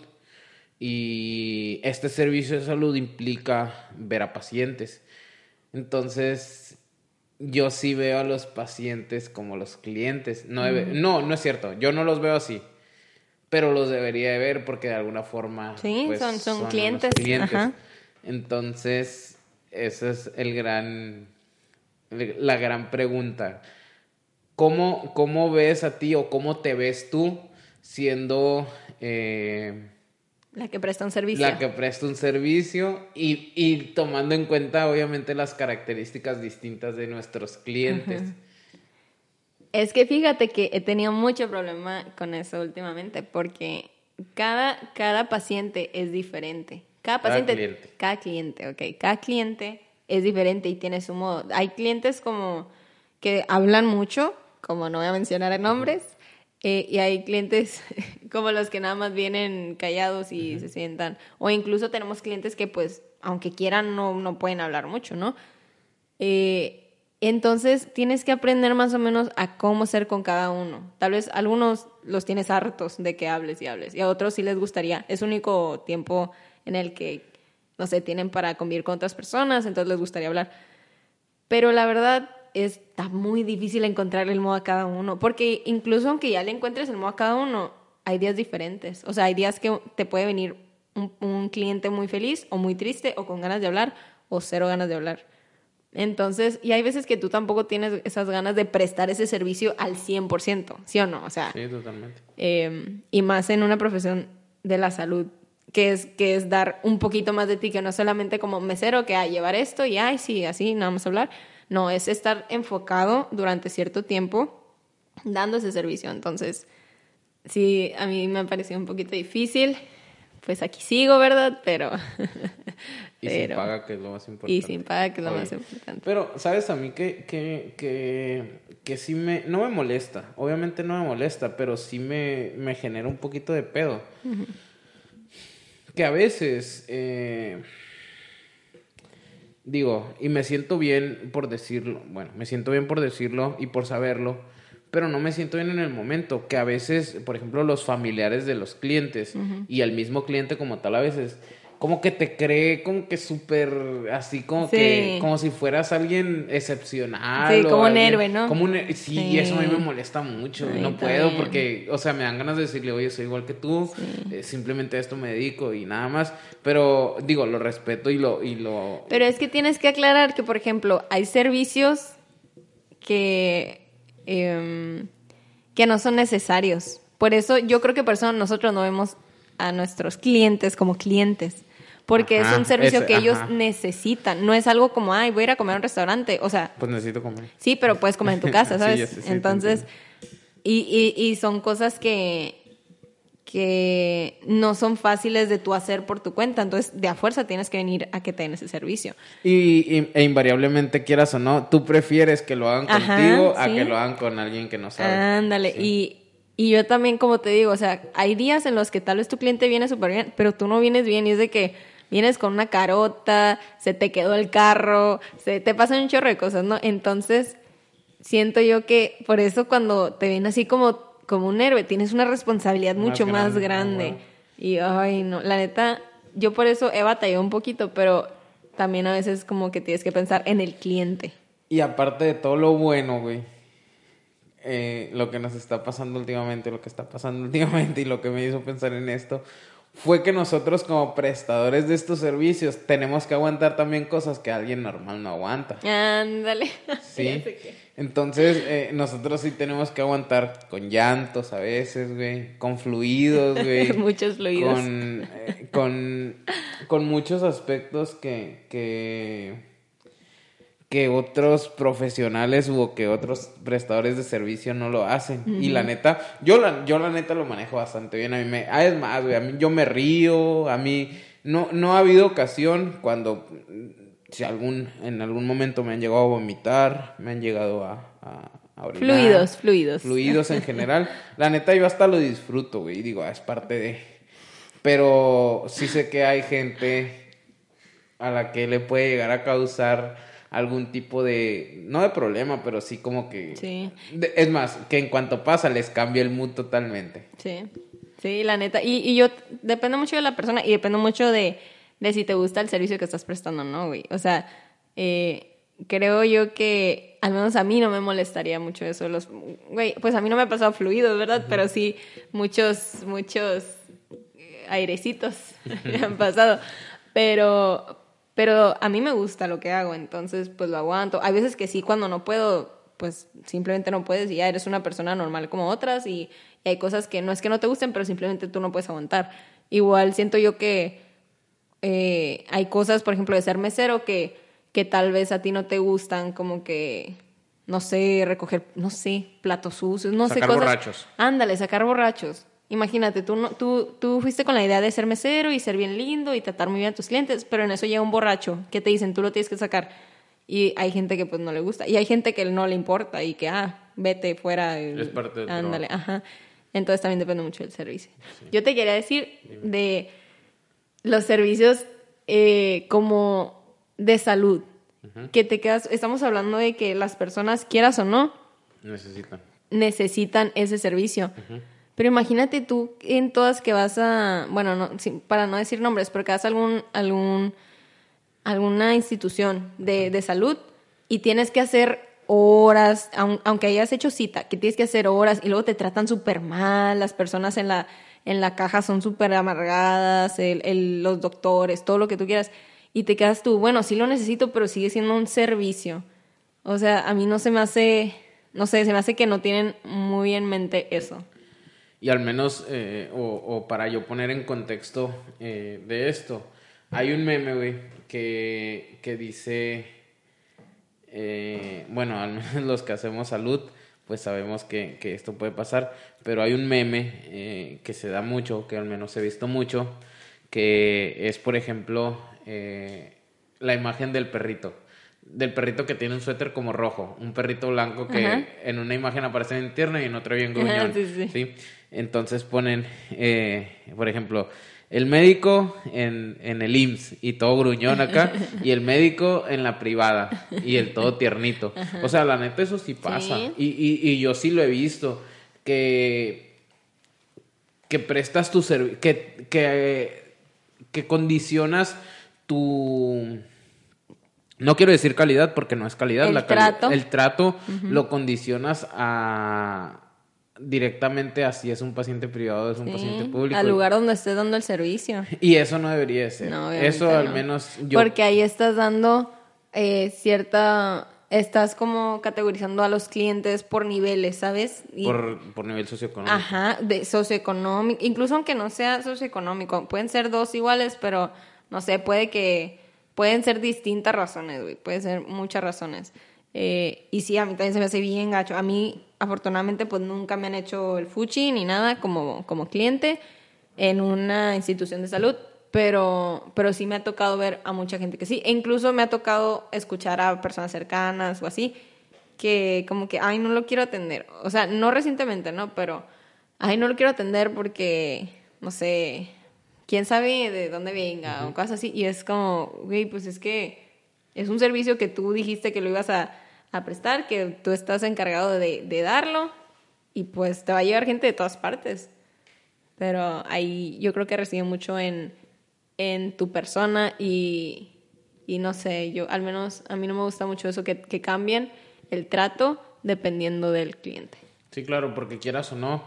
y este servicio de salud implica ver a pacientes. Entonces yo sí veo a los pacientes como los clientes. No, debe, mm. no, no es cierto. Yo no los veo así. Pero los debería de ver porque de alguna forma... Sí, pues, son, son, son clientes. clientes. Ajá. Entonces, esa es el gran... la gran pregunta. ¿Cómo, cómo ves a ti o cómo te ves tú siendo... Eh, La que presta un servicio. La que presta un servicio y, y tomando en cuenta, obviamente, las características distintas de nuestros clientes. Uh-huh. Es que fíjate que he tenido mucho problema con eso últimamente porque cada, cada paciente es diferente. Cada paciente... Cada cliente. Cada cliente, ok. Cada cliente es diferente y tiene su modo. Hay clientes como que hablan mucho, como no voy a mencionar nombres, uh-huh. Eh, y hay clientes como los que nada más vienen callados y uh-huh. se sientan. O incluso tenemos clientes que, pues, aunque quieran, no, no pueden hablar mucho, ¿no? Eh, entonces, tienes que aprender más o menos a cómo ser con cada uno. Tal vez algunos los tienes hartos de que hables y hables. Y a otros sí les gustaría. Es único tiempo en el que, no sé, tienen para convivir con otras personas, entonces les gustaría hablar. Pero la verdad... está muy difícil encontrar el modo a cada uno, porque incluso aunque ya le encuentres el modo a cada uno, hay días diferentes. O sea, hay días que te puede venir un, un cliente muy feliz o muy triste o con ganas de hablar o cero ganas de hablar. Entonces, y hay veces que tú tampoco tienes esas ganas de prestar ese servicio al cien por ciento, ¿sí o no? O sea, sí, totalmente. Eh, y más en una profesión de la salud, que es, que es dar un poquito más de ti, que no solamente como mesero, que a llevar esto y ay, sí, así, nada más hablar. No, es estar enfocado durante cierto tiempo dando ese servicio. Entonces, sí, a mí me ha parecido un poquito difícil. Pues aquí sigo, ¿verdad? Pero... y pero, sin paga, que es lo más importante. Y sin paga, que es lo Oye, más importante. Pero, ¿sabes a mí que, que, que, que sí me... No me molesta. Obviamente no me molesta, pero sí me, me genera un poquito de pedo. Uh-huh. Que a veces... Eh, Digo, y me siento bien por decirlo, bueno, me siento bien por decirlo y por saberlo, pero no me siento bien en el momento, que a veces, por ejemplo, los familiares de los clientes uh-huh. y el mismo cliente como tal, a veces, como que te cree como que súper, así como sí. que, como si fueras alguien excepcional. Sí, o como alguien, un héroe, ¿no? Como un, sí, sí, y eso a mí me molesta mucho, Ay, no puedo bien. Porque, o sea, me dan ganas de decirle, oye, soy igual que tú, sí. eh, simplemente a esto me dedico y nada más, pero digo, lo respeto y lo... Y lo pero es que tienes que aclarar que, por ejemplo, hay servicios que, eh, que no son necesarios. Por eso yo creo que por eso nosotros no vemos a nuestros clientes como clientes. porque Ajá, es un servicio ese, que ellos ajá. necesitan. No es algo como, ay, voy a ir a comer a un restaurante. O sea, Pues necesito comer. sí, pero puedes comer en tu casa, Sí, ¿sabes? ya sé, sí, te Entonces, y, y, y son cosas que, que no son fáciles de tú hacer por tu cuenta. Entonces, de a fuerza tienes que venir a que te den ese servicio. Y, y- e invariablemente, quieras o no, tú prefieres que lo hagan Ajá, contigo a sí. que lo hagan con alguien que no sabe. Ándale, Sí. y, y yo también, como te digo, o sea, hay días en los que tal vez tu cliente viene súper bien, pero tú no vienes bien y es de que vienes con una carota, se te quedó el carro, se te pasan un chorro de cosas, ¿no? Entonces, siento yo que por eso cuando te ven así como, como un héroe, tienes una responsabilidad Más mucho más grande, grande. ah, huevo. Y, ay, no, la neta, yo por eso he batallado un poquito, pero también a veces como que tienes que pensar en el cliente. Y aparte de todo lo bueno, güey, eh, lo que nos está pasando últimamente, lo que está pasando últimamente y lo que me hizo pensar en esto, fue que nosotros como prestadores de estos servicios tenemos que aguantar también cosas que alguien normal no aguanta. Ándale. Sí. Ya sé qué. Entonces, eh, nosotros sí tenemos que aguantar con llantos a veces, güey, con fluidos, güey. Muchos fluidos. Con, eh, con, con muchos aspectos que, que, que otros profesionales o que otros prestadores de servicio no lo hacen. Uh-huh. Y la neta, yo la, yo la neta lo manejo bastante bien. A mí me, ah, es más, güey, a mí yo me río, a mí no, no ha habido ocasión cuando... Si algún, en algún momento me han llegado a vomitar, me han llegado a, a, a orinar. Fluidos, fluidos. Fluidos en general. La neta, yo hasta lo disfruto, güey. Digo, es parte de... Pero sí sé que hay gente a la que le puede llegar a causar algún tipo de... No de problema, pero sí como que... Sí. De, es más, que en cuanto pasa les cambia el mood totalmente. Sí, sí, la neta. Y, y yo... Depende mucho de la persona y depende mucho de... de si te gusta el servicio que estás prestando, ¿no, güey? O sea, eh, creo yo que al menos a mí no me molestaría mucho eso. Los, güey, pues a mí no me ha pasado fluidos, ¿verdad? Uh-huh. Pero sí muchos, muchos airecitos me han pasado. Pero, pero a mí me gusta lo que hago, entonces pues lo aguanto. Hay veces que sí, cuando no puedo, pues simplemente no puedes y ya eres una persona normal como otras y, y hay cosas que no es que no te gusten, pero simplemente tú no puedes aguantar. Igual siento yo que Eh, hay cosas, por ejemplo, de ser mesero que, que tal vez a ti no te gustan, como que, no sé, recoger, no sé, platos sucios, no sacar sé, cosas. Sacar borrachos. Ándale, sacar borrachos. Imagínate, tú, no, tú, tú fuiste con la idea de ser mesero y ser bien lindo y tratar muy bien a tus clientes, pero en eso llega un borracho que te dicen, tú lo tienes que sacar. Y hay gente que pues no le gusta. Y hay gente que no le importa y que, ah, vete fuera. Es parte del ándale, trabajo. Ajá. Entonces también depende mucho del servicio. Sí. Yo te quería decir Dime. de... los servicios eh, como de salud, uh-huh. que te quedas, estamos hablando de que las personas, quieras o no, necesitan, necesitan ese servicio. Uh-huh. Pero imagínate tú en todas que vas a, bueno, no, para no decir nombres, pero que vas a algún, algún, alguna institución de, uh-huh. de salud y tienes que hacer horas, aunque hayas hecho cita, que tienes que hacer horas y luego te tratan súper mal, las personas en la... en la caja son súper amargadas, el, el, los doctores, todo lo que tú quieras, y te quedas tú, bueno, sí lo necesito, pero sigue siendo un servicio. O sea, a mí no se me hace, no sé, se me hace que no tienen muy en mente eso. Y al menos, eh, o, o para yo poner en contexto eh, de esto, hay un meme, güey, que, que dice, eh, bueno, al menos los que hacemos salud, pues sabemos que, que esto puede pasar, pero hay un meme eh, que se da mucho, que al menos he visto mucho, que es, por ejemplo, eh, la imagen del perrito, del perrito que tiene un suéter como rojo, un perrito blanco que Ajá. en una imagen aparece bien tierno y en otra bien gruñón. Ajá, sí, sí. ¿sí? Entonces ponen, eh, por ejemplo... el médico en, en el I M S S y todo gruñón acá, y el médico en la privada y el todo tiernito. Ajá. O sea, la neta eso sí pasa. ¿Sí? Y, y, y yo sí lo he visto, que, que prestas tu servicio, que, que, que condicionas tu... No quiero decir calidad porque no es calidad. El la trato. Cali- el trato uh-huh. lo condicionas a... directamente a si es un paciente privado o es un sí, paciente público. Al lugar donde estés dando el servicio. Y eso no debería de ser. No, eso al no. menos yo... Porque ahí estás dando eh, cierta... Estás como categorizando a los clientes por niveles, ¿sabes? Y... Por, por nivel socioeconómico. Ajá, de socioeconómico. Incluso aunque no sea socioeconómico. Pueden ser dos iguales, pero no sé, puede que, pueden ser distintas razones, güey, pueden ser muchas razones. Eh, y sí, a mí también se me hace bien gacho. A mí, afortunadamente, pues nunca me han hecho el fuchi ni nada como, como cliente en una institución de salud, pero, pero sí me ha tocado ver a mucha gente que sí. E incluso me ha tocado escuchar a personas cercanas o así, que como que, ay, no lo quiero atender. O sea, no recientemente, ¿no? Pero, ay, no lo quiero atender porque, no sé, quién sabe de dónde venga, uh-huh, o cosas así. Y es como, güey, pues es que es un servicio que tú dijiste que lo ibas a, a prestar, que tú estás encargado de, de darlo, y pues te va a llegar gente de todas partes. Pero ahí yo creo que reside mucho en, en tu persona y, y no sé, yo al menos a mí no me gusta mucho eso, que, que cambien el trato dependiendo del cliente. Sí, claro, porque quieras o no,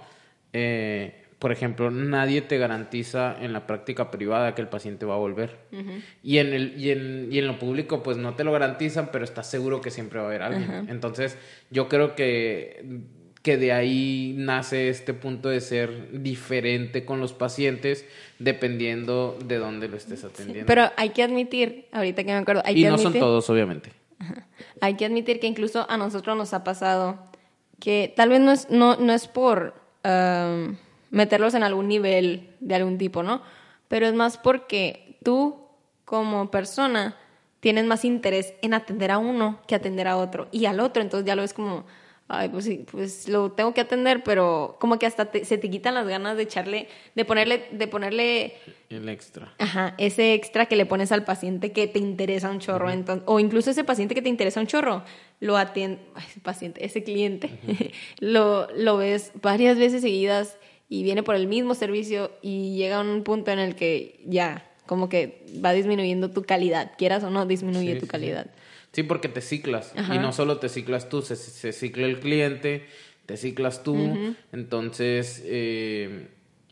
eh, por ejemplo, nadie te garantiza en la práctica privada que el paciente va a volver. Uh-huh. Y en el y en, y en lo público, pues no te lo garantizan, pero estás seguro que siempre va a haber alguien. Uh-huh. Entonces, yo creo que, que de ahí nace este punto de ser diferente con los pacientes, dependiendo de dónde lo estés atendiendo. Sí, pero hay que admitir, ahorita que me acuerdo, hay y que no admitir, son todos, obviamente. Uh-huh. Hay que admitir que incluso a nosotros nos ha pasado que tal vez no es, no, no es por um, meterlos en algún nivel de algún tipo, ¿no? Pero es más porque tú, como persona, tienes más interés en atender a uno que atender a otro. Y al otro, entonces ya lo ves como, ay, pues sí, pues lo tengo que atender, pero como que hasta te, se te quitan las ganas de echarle, de ponerle, de ponerle... el extra. Ajá, ese extra que le pones al paciente que te interesa un chorro. Uh-huh. Entonces, o incluso ese paciente que te interesa un chorro, lo atiende, ay, ese paciente, ese cliente, uh-huh, lo, lo ves varias veces seguidas y viene por el mismo servicio y llega a un punto en el que ya, como que va disminuyendo tu calidad, quieras o no, disminuye sí, tu calidad. Sí. Sí, porque te ciclas. Ajá. Y no solo te ciclas tú, se, se cicla el cliente, te ciclas tú. Uh-huh. Entonces, eh,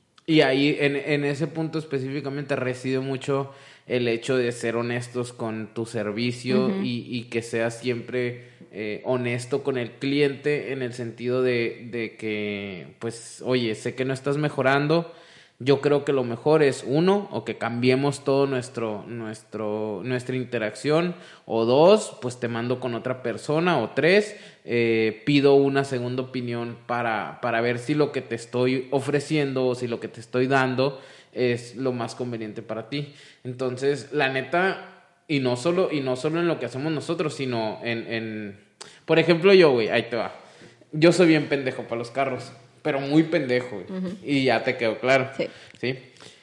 y ahí en, en ese punto específicamente reside mucho el hecho de ser honestos con tu servicio, uh-huh, y, y que seas siempre eh, honesto con el cliente en el sentido de, de que, pues, oye, sé que no estás mejorando. Yo creo que lo mejor es, uno, o que cambiemos todo nuestro, nuestro, nuestra interacción, o dos, pues te mando con otra persona, o tres, eh, pido una segunda opinión para, para ver si lo que te estoy ofreciendo o si lo que te estoy dando es lo más conveniente para ti. Entonces, la neta, y no solo, y no solo en lo que hacemos nosotros, sino en, en... Por ejemplo, yo, güey, ahí te va. Yo soy bien pendejo para los carros. Pero muy pendejo, güey. Uh-huh. Y ya te quedó claro. Sí. ¿Sí?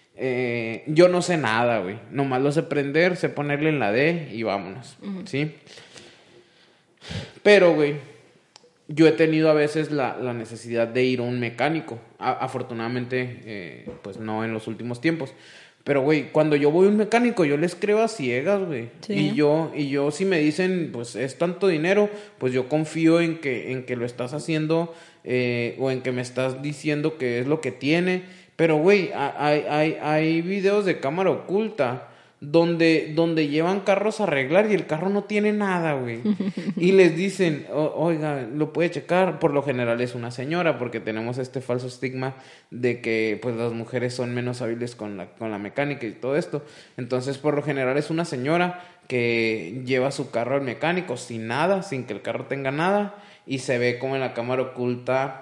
Eh, yo no sé nada, güey. Nomás lo sé prender, sé ponerle en la D y vámonos. Uh-huh. ¿Sí? Pero, güey, yo he tenido a veces la, la necesidad de ir a un mecánico. A, afortunadamente, eh, pues no en los últimos tiempos. Pero, güey, cuando yo voy a un mecánico, yo les creo a ciegas, güey. Sí. Y yo, y yo, si me dicen, pues, es tanto dinero, pues yo confío en que, en que lo estás haciendo, eh, o en que me estás diciendo que es lo que tiene. Pero, güey, hay, hay, hay videos de cámara oculta donde, donde llevan carros a arreglar y el carro no tiene nada, güey. Y les dicen, oiga, lo puede checar. Por lo general es una señora, porque tenemos este falso estigma de que, pues, las mujeres son menos hábiles con la, con la mecánica y todo esto. Entonces, por lo general es una señora que lleva su carro al mecánico sin nada, sin que el carro tenga nada, y se ve como en la cámara oculta...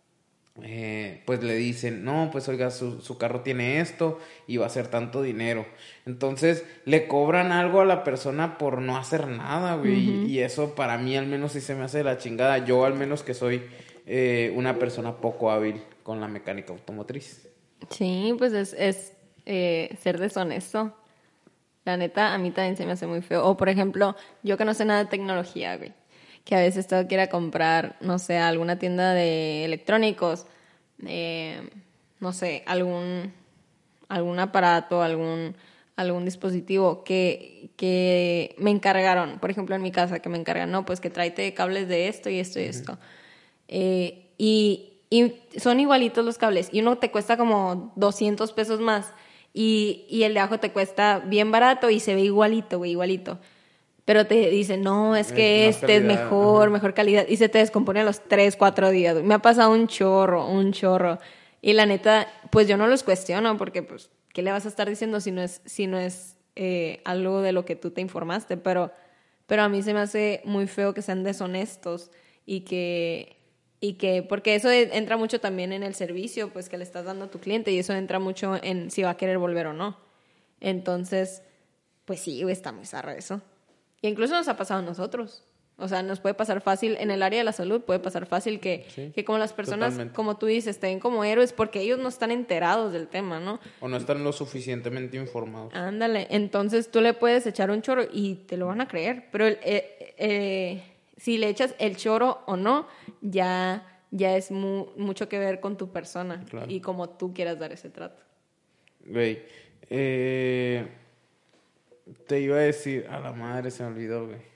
Eh, pues le dicen, no, pues oiga, su, su carro tiene esto y va a ser tanto dinero. Entonces le cobran algo a la persona por no hacer nada, güey. Uh-huh. y, y eso para mí al menos sí se me hace de la chingada. Yo al menos que soy eh, una persona poco hábil con la mecánica automotriz. Sí, pues es, es eh, ser deshonesto. La neta, a mí también se me hace muy feo. O por ejemplo, yo que no sé nada de tecnología, güey, que a veces tengo que ir a comprar, no sé, alguna tienda de electrónicos, eh, no sé, algún algún aparato, algún algún dispositivo que, que me encargaron, por ejemplo en mi casa, que me encargan, no, pues que tráete cables de esto y esto y uh-huh. esto. Eh, y, y son igualitos los cables, y uno te cuesta como doscientos pesos más, y, y el de abajo te cuesta bien barato y se ve igualito, güey, igualito. Pero te dicen, no, es que es este calidad, es mejor, ajá. mejor calidad. Y se te descompone a los tres, cuatro días. Me ha pasado un chorro, un chorro. Y la neta, pues yo no los cuestiono porque, pues, ¿qué le vas a estar diciendo si no es, si no es eh, algo de lo que tú te informaste, pero, pero a mí se me hace muy feo que sean deshonestos y que, y que, porque eso entra mucho también en el servicio, pues, que le estás dando a tu cliente, y eso entra mucho en si va a querer volver o no. Entonces, pues sí, está muy zarra eso. Y incluso nos ha pasado a nosotros. O sea, nos puede pasar fácil, en el área de la salud puede pasar fácil que, Sí, que como las personas, totalmente. como tú dices, estén como héroes porque ellos no están enterados del tema, ¿no? O no están lo suficientemente informados. Ándale, entonces tú le puedes echar un choro y te lo van a creer, pero el, eh, eh, si le echas el choro o no, ya, ya es mu- mucho que ver con tu persona, Claro. y cómo tú quieras dar ese trato. Güey, eh, te iba a decir, a la madre se me olvidó, güey.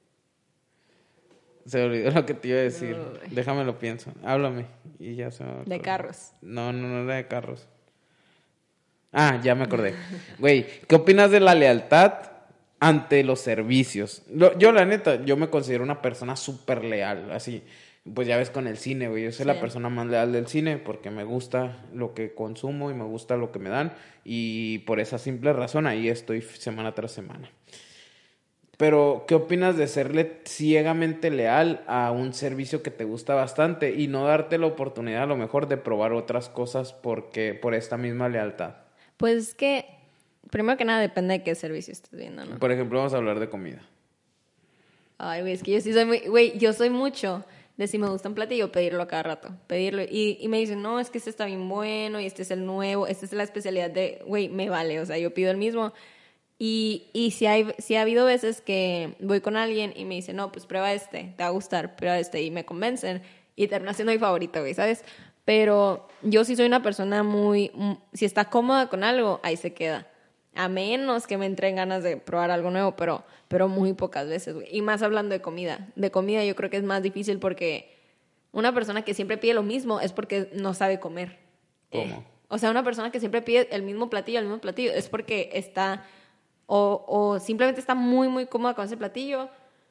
Se me olvidó lo que te iba a decir. No, güey. Déjame lo pienso. Háblame. Y ya se me De acordó. carros. No, no, no era de carros. Ah, ya me acordé. Güey, ¿qué opinas de la lealtad ante los servicios? Lo- Yo, la neta, yo me considero una persona súper leal. Así, pues ya ves con el cine, güey. Yo soy Sí. la persona más leal del cine porque me gusta lo que consumo y me gusta lo que me dan. Y por esa simple razón ahí estoy semana tras semana. Pero, ¿qué opinas de serle ciegamente leal a un servicio que te gusta bastante y no darte la oportunidad a lo mejor de probar otras cosas porque por esta misma lealtad? Pues que, primero que nada, depende de qué servicio estés viendo, ¿no? Por ejemplo, vamos a hablar de comida. Ay, güey, es que yo sí soy muy... Güey, yo soy mucho de si me gusta un platillo, pedirlo a cada rato. Pedirlo. Y, y me dicen, no, es que este está bien bueno y este es el nuevo, esta es la especialidad de... Güey, me vale, o sea, yo pido el mismo. Y, y si, hay, si ha habido veces que voy con alguien y me dice, no, pues prueba este, te va a gustar, prueba este, y me convencen, y termina siendo mi favorito, güey, ¿sabes? Pero yo sí soy una persona muy... mm, Si está cómoda con algo, ahí se queda. A menos que me entren ganas de probar algo nuevo, pero, pero muy pocas veces, güey. Y más hablando de comida. De comida yo creo que es más difícil porque una persona que siempre pide lo mismo es porque no sabe comer. ¿Cómo? Eh, o sea, una persona que siempre pide el mismo platillo, el mismo platillo, es porque está... O, o simplemente está muy, muy cómoda con ese platillo,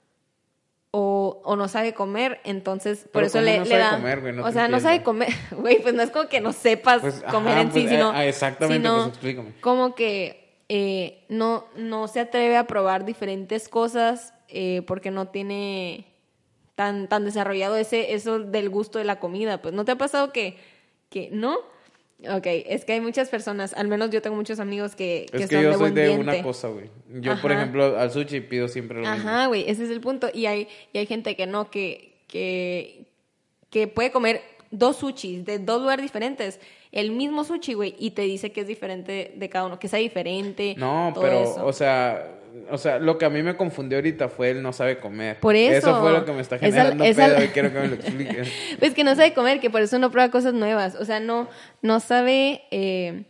o, o no sabe comer, entonces por Pero eso ¿cómo le, no le sabe da... comer, güey? No o te sea, no entiendo. sabe comer. Güey, pues no es como que no sepas Pues, comer ajá, en sí, pues, sino... ah, exactamente, sino pues, explícame. como que eh, no, no se atreve a probar diferentes cosas eh, porque no tiene tan, tan desarrollado ese, eso del gusto de la comida. Pues, ¿no te ha pasado que, que no? Ok, es que hay muchas personas, al menos yo tengo muchos amigos que, que Es que son yo de soy buen de diente. una cosa, güey. Yo, por Ajá. ejemplo, al sushi pido siempre lo mismo. Ajá, güey, ese es el punto. Y hay, y hay gente que no, que, que, que puede comer dos sushis de dos lugares diferentes, el mismo sushi, güey, y te dice que es diferente de cada uno, que sea diferente. No, todo pero, eso. o sea, o sea, lo que a mí me confundió ahorita fue el no sabe comer. Por eso. Eso fue lo que me está Esa- generando esa- pedo y quiero que me lo expliques. Pues que no sabe comer, que por eso no prueba cosas nuevas. O sea, no, no sabe, eh,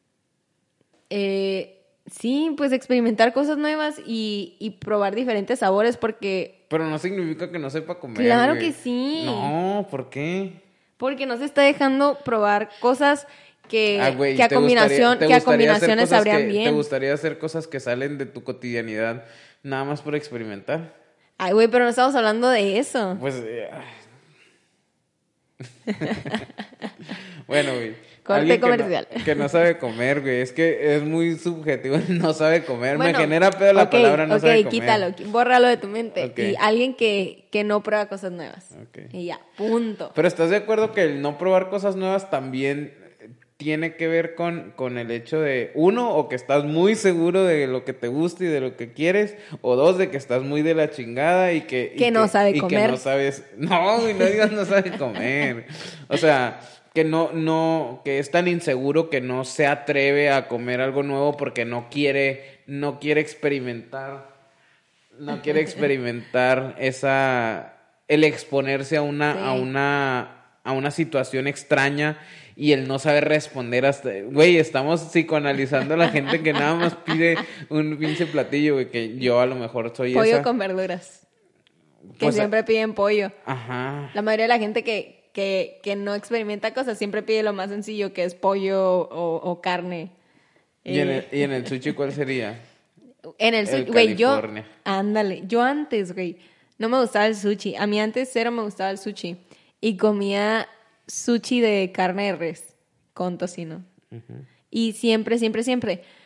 eh, sí, pues experimentar cosas nuevas y, y probar diferentes sabores porque, Pero no significa que no sepa comer. Claro güey. que sí. No, ¿por qué? porque no se está dejando probar cosas que, Ah, güey, que a ¿te gustaría- combinación, te que a gustaría hacer combinaciones cosas sabrían que- bien. ¿Te gustaría hacer cosas que salen de tu cotidianidad nada más por experimentar? Ay, güey, pero no estamos hablando de eso. Pues... eh, ay. Bueno, güey. Corte alguien que no- comercial. Que no, sabe comer, güey. Es que es muy subjetivo. No sabe comer. Bueno, Me genera pedo la ok, palabra no ok, sabe comer. quítalo, qui- bórralo de tu mente. Ok. Y alguien que, que no prueba cosas nuevas. Ok. Y ya, punto. Pero ¿estás de acuerdo que el no probar cosas nuevas también eh, tiene que ver con, con el hecho de, uno, o que estás muy seguro de lo que te gusta y de lo que quieres, o dos, de que estás muy de la chingada y que... y Que no sabe y comer. que no sabes... No, güey, no digas no sabe comer. O sea, que no, no, que es tan inseguro que no se atreve a comer algo nuevo porque no quiere, no quiere experimentar, no quiere experimentar esa, el exponerse a una, Sí. a una, a una situación extraña y el no saber responder hasta, güey, estamos psicoanalizando a la gente que nada más pide un pinche platillo, güey, que yo a lo mejor soy Pollo esa. con verduras. Que Pues, siempre piden pollo. Ajá. La mayoría de la gente que, que, que no experimenta cosas siempre pide lo más sencillo, que es pollo o, o carne. ¿Y en, el, Eh, y en el sushi cuál sería? En el El sushi, güey, yo, California. ándale, yo antes, güey, no me gustaba el sushi. A mí antes cero me gustaba el sushi. Y comía sushi de carne de res con tocino. Y siempre, siempre, siempre.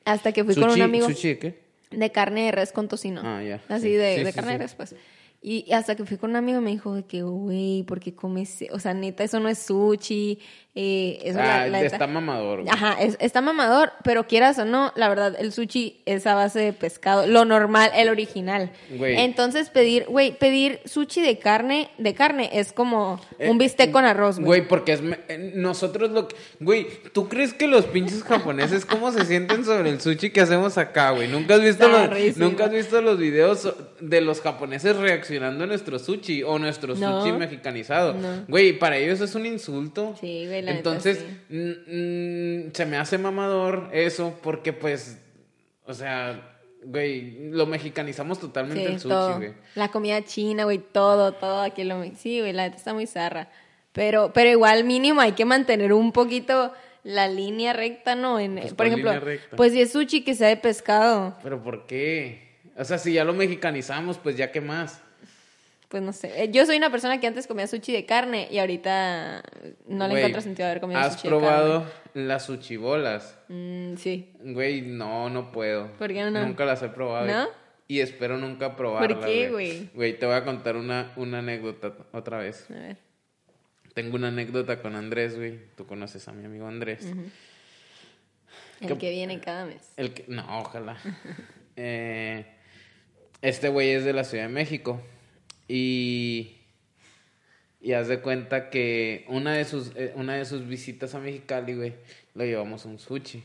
Hasta que fui ¿Sushi? con un amigo. ¿Sushi de qué? De carne de res con tocino. Ah, ya. Así Sí. de, Sí, de sí, carne sí. de res, pues. Y hasta que fui con un amigo me dijo de que, güey, ¿por qué comes? O sea, neta, eso no es sushi. Eh, eso Ah, la, la neta- está mamador, güey. Ajá, es- está mamador, pero quieras o no, la verdad, el sushi es a base de pescado, lo normal, el original. Güey. Entonces pedir, güey, pedir sushi de carne, de carne es como Eh, un bistec con arroz, güey. Güey, porque es me- eh, nosotros lo que... Güey, ¿tú crees que los pinches japoneses cómo se sienten sobre el sushi que hacemos acá, güey? ¿Nunca has visto Está los, rarísimo. ¿nunca has visto los videos de los japoneses reaccionando a nuestro sushi o nuestro No. sushi mexicanizado? No. Güey, para ellos es un insulto. Sí, güey, la neta, Entonces, sí. mm, mm, se me hace mamador eso porque pues, o sea, güey, lo mexicanizamos totalmente Sí, el sushi, todo. güey. La comida china, güey, todo, todo aquí lo... Sí, güey, la neta está muy zarra. Pero, pero igual mínimo hay que mantener un poquito la línea recta, ¿no? En, Pues, por ¿cuál ejemplo, línea recta? pues si es sushi que sea de pescado, ¿Pero por qué? O sea, si ya lo mexicanizamos, pues ya qué más. pues no sé. Eh, Yo soy una persona que antes comía sushi de carne y ahorita no le Güey, encuentro sentido haber comido ¿has sushi probado de las suchibolas? carne. Mm, sí. Güey, no, no puedo. ¿Por qué no? Nunca las he probado. ¿No? Y espero nunca probarlas. qué, güey? Güey, te voy a contar una, una anécdota otra vez. A ver. Tengo una anécdota con Andrés, güey. Tú conoces a mi amigo Andrés. El ¿Qué- que viene cada mes. El que... No, ojalá. Eh, este güey es de la Ciudad de México. Y... Y haz de cuenta que una de sus, eh, una de sus visitas a Mexicali, güey, lo llevamos a un sushi.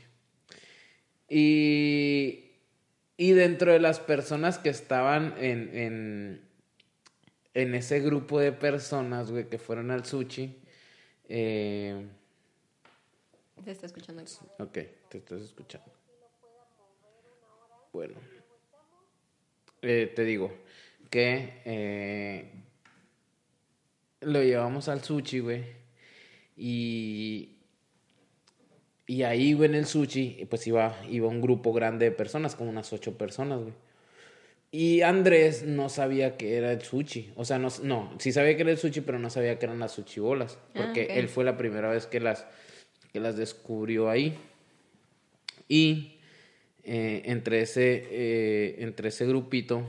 Y... Y dentro de las personas que estaban en... en en ese grupo de personas, güey, que fueron al sushi, eh... Te está escuchando. Ok, te estás escuchando. Bueno. Eh, te digo que eh, lo llevamos al sushi, güey. Y, y ahí, güey, en el sushi, pues iba, iba un grupo grande de personas, como unas ocho personas, güey. Y Andrés no sabía que era el sushi. O sea, no, no, sí sabía que era el sushi, pero no sabía que eran las suchibolas. Porque Ah, ok. él fue la primera vez que las... que las descubrió ahí. Y eh, entre ese eh, entre ese grupito,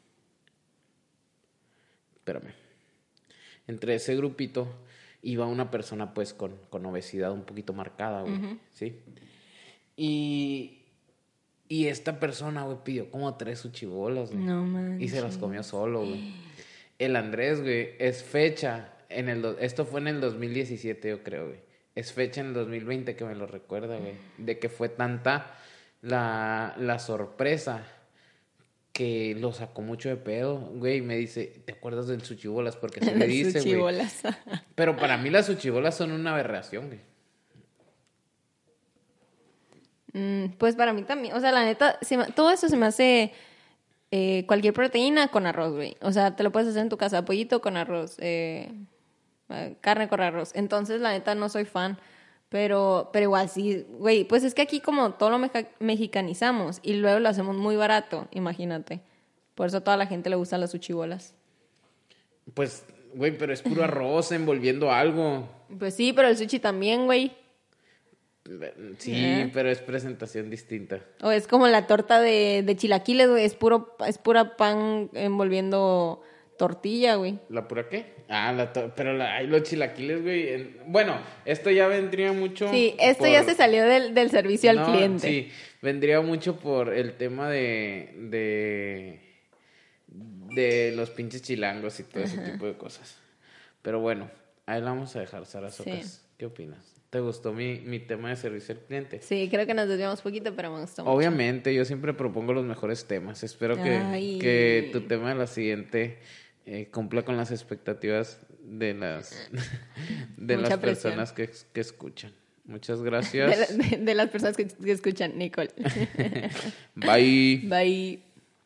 espérame, entre ese grupito iba una persona pues con, con obesidad un poquito marcada, güey, Ujú. ¿sí? Y, y esta persona, güey, pidió como tres suchibolas, güey. No manches. Y se las comió solo, güey. El Andrés, güey, es fecha, en el do- esto fue en el dos mil diecisiete, yo creo, güey. Es fecha en el dos mil veinte que me lo recuerda, güey. De que fue tanta la, la sorpresa que lo sacó mucho de pedo. Güey, me dice, ¿te acuerdas del suchibolas? Porque se le dice, güey. Suchibolas. Pero para mí las suchibolas son una aberración, güey. Mm, pues para mí también, o sea, la neta, se me- todo eso se me hace eh, cualquier proteína con arroz, güey. O sea, te lo puedes hacer en tu casa, pollito con arroz, eh, eh, carne con arroz. Entonces, la neta, no soy fan. Pero, pero igual sí, güey, pues es que aquí como todo lo meja- mexicanizamos y luego lo hacemos muy barato, imagínate. Por eso a toda la gente le gustan las suchibolas. Pues, güey, pero es puro arroz envolviendo algo. Pues sí, pero el sushi también, güey. Sí, Eh. pero es presentación distinta. O es como la torta de, de chilaquiles, güey. Es puro, es pura pan envolviendo tortilla, güey. ¿La pura qué? Ah, la to- pero la, hay los chilaquiles, güey. en- Bueno, esto ya vendría mucho... Sí, esto por- ya se salió del, del servicio al No, cliente. Sí, vendría mucho por el tema de... de... de los pinches chilangos y todo ese tipo de cosas. Pero bueno, ahí la vamos a dejar, Sara Socas. Sí. ¿Qué opinas? ¿Te gustó mi, mi tema de servicio al cliente? Sí, creo que nos desviamos poquito, pero me gustó mucho. Obviamente, yo siempre propongo los mejores temas. Espero que, Ay. que tu tema de la siguiente eh, cumpla con las expectativas de las, de Mucha las presión. personas que, que escuchan. Muchas De, gracias. la- de- de las personas que, que escuchan, Nicole. Bye. Bye.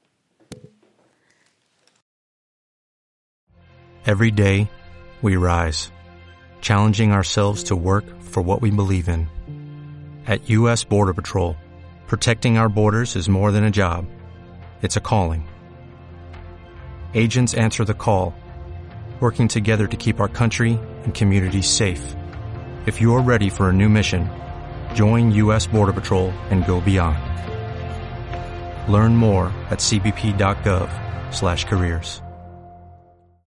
Every day, we rise, challenging ourselves to work for what we believe in. At U S Border Patrol, protecting our borders is more than a job. It's a calling. Agents answer the call, working together to keep our country and communities safe. If you're ready for a new mission, join U S Border Patrol and go beyond. Learn more at c b p dot gov slash careers.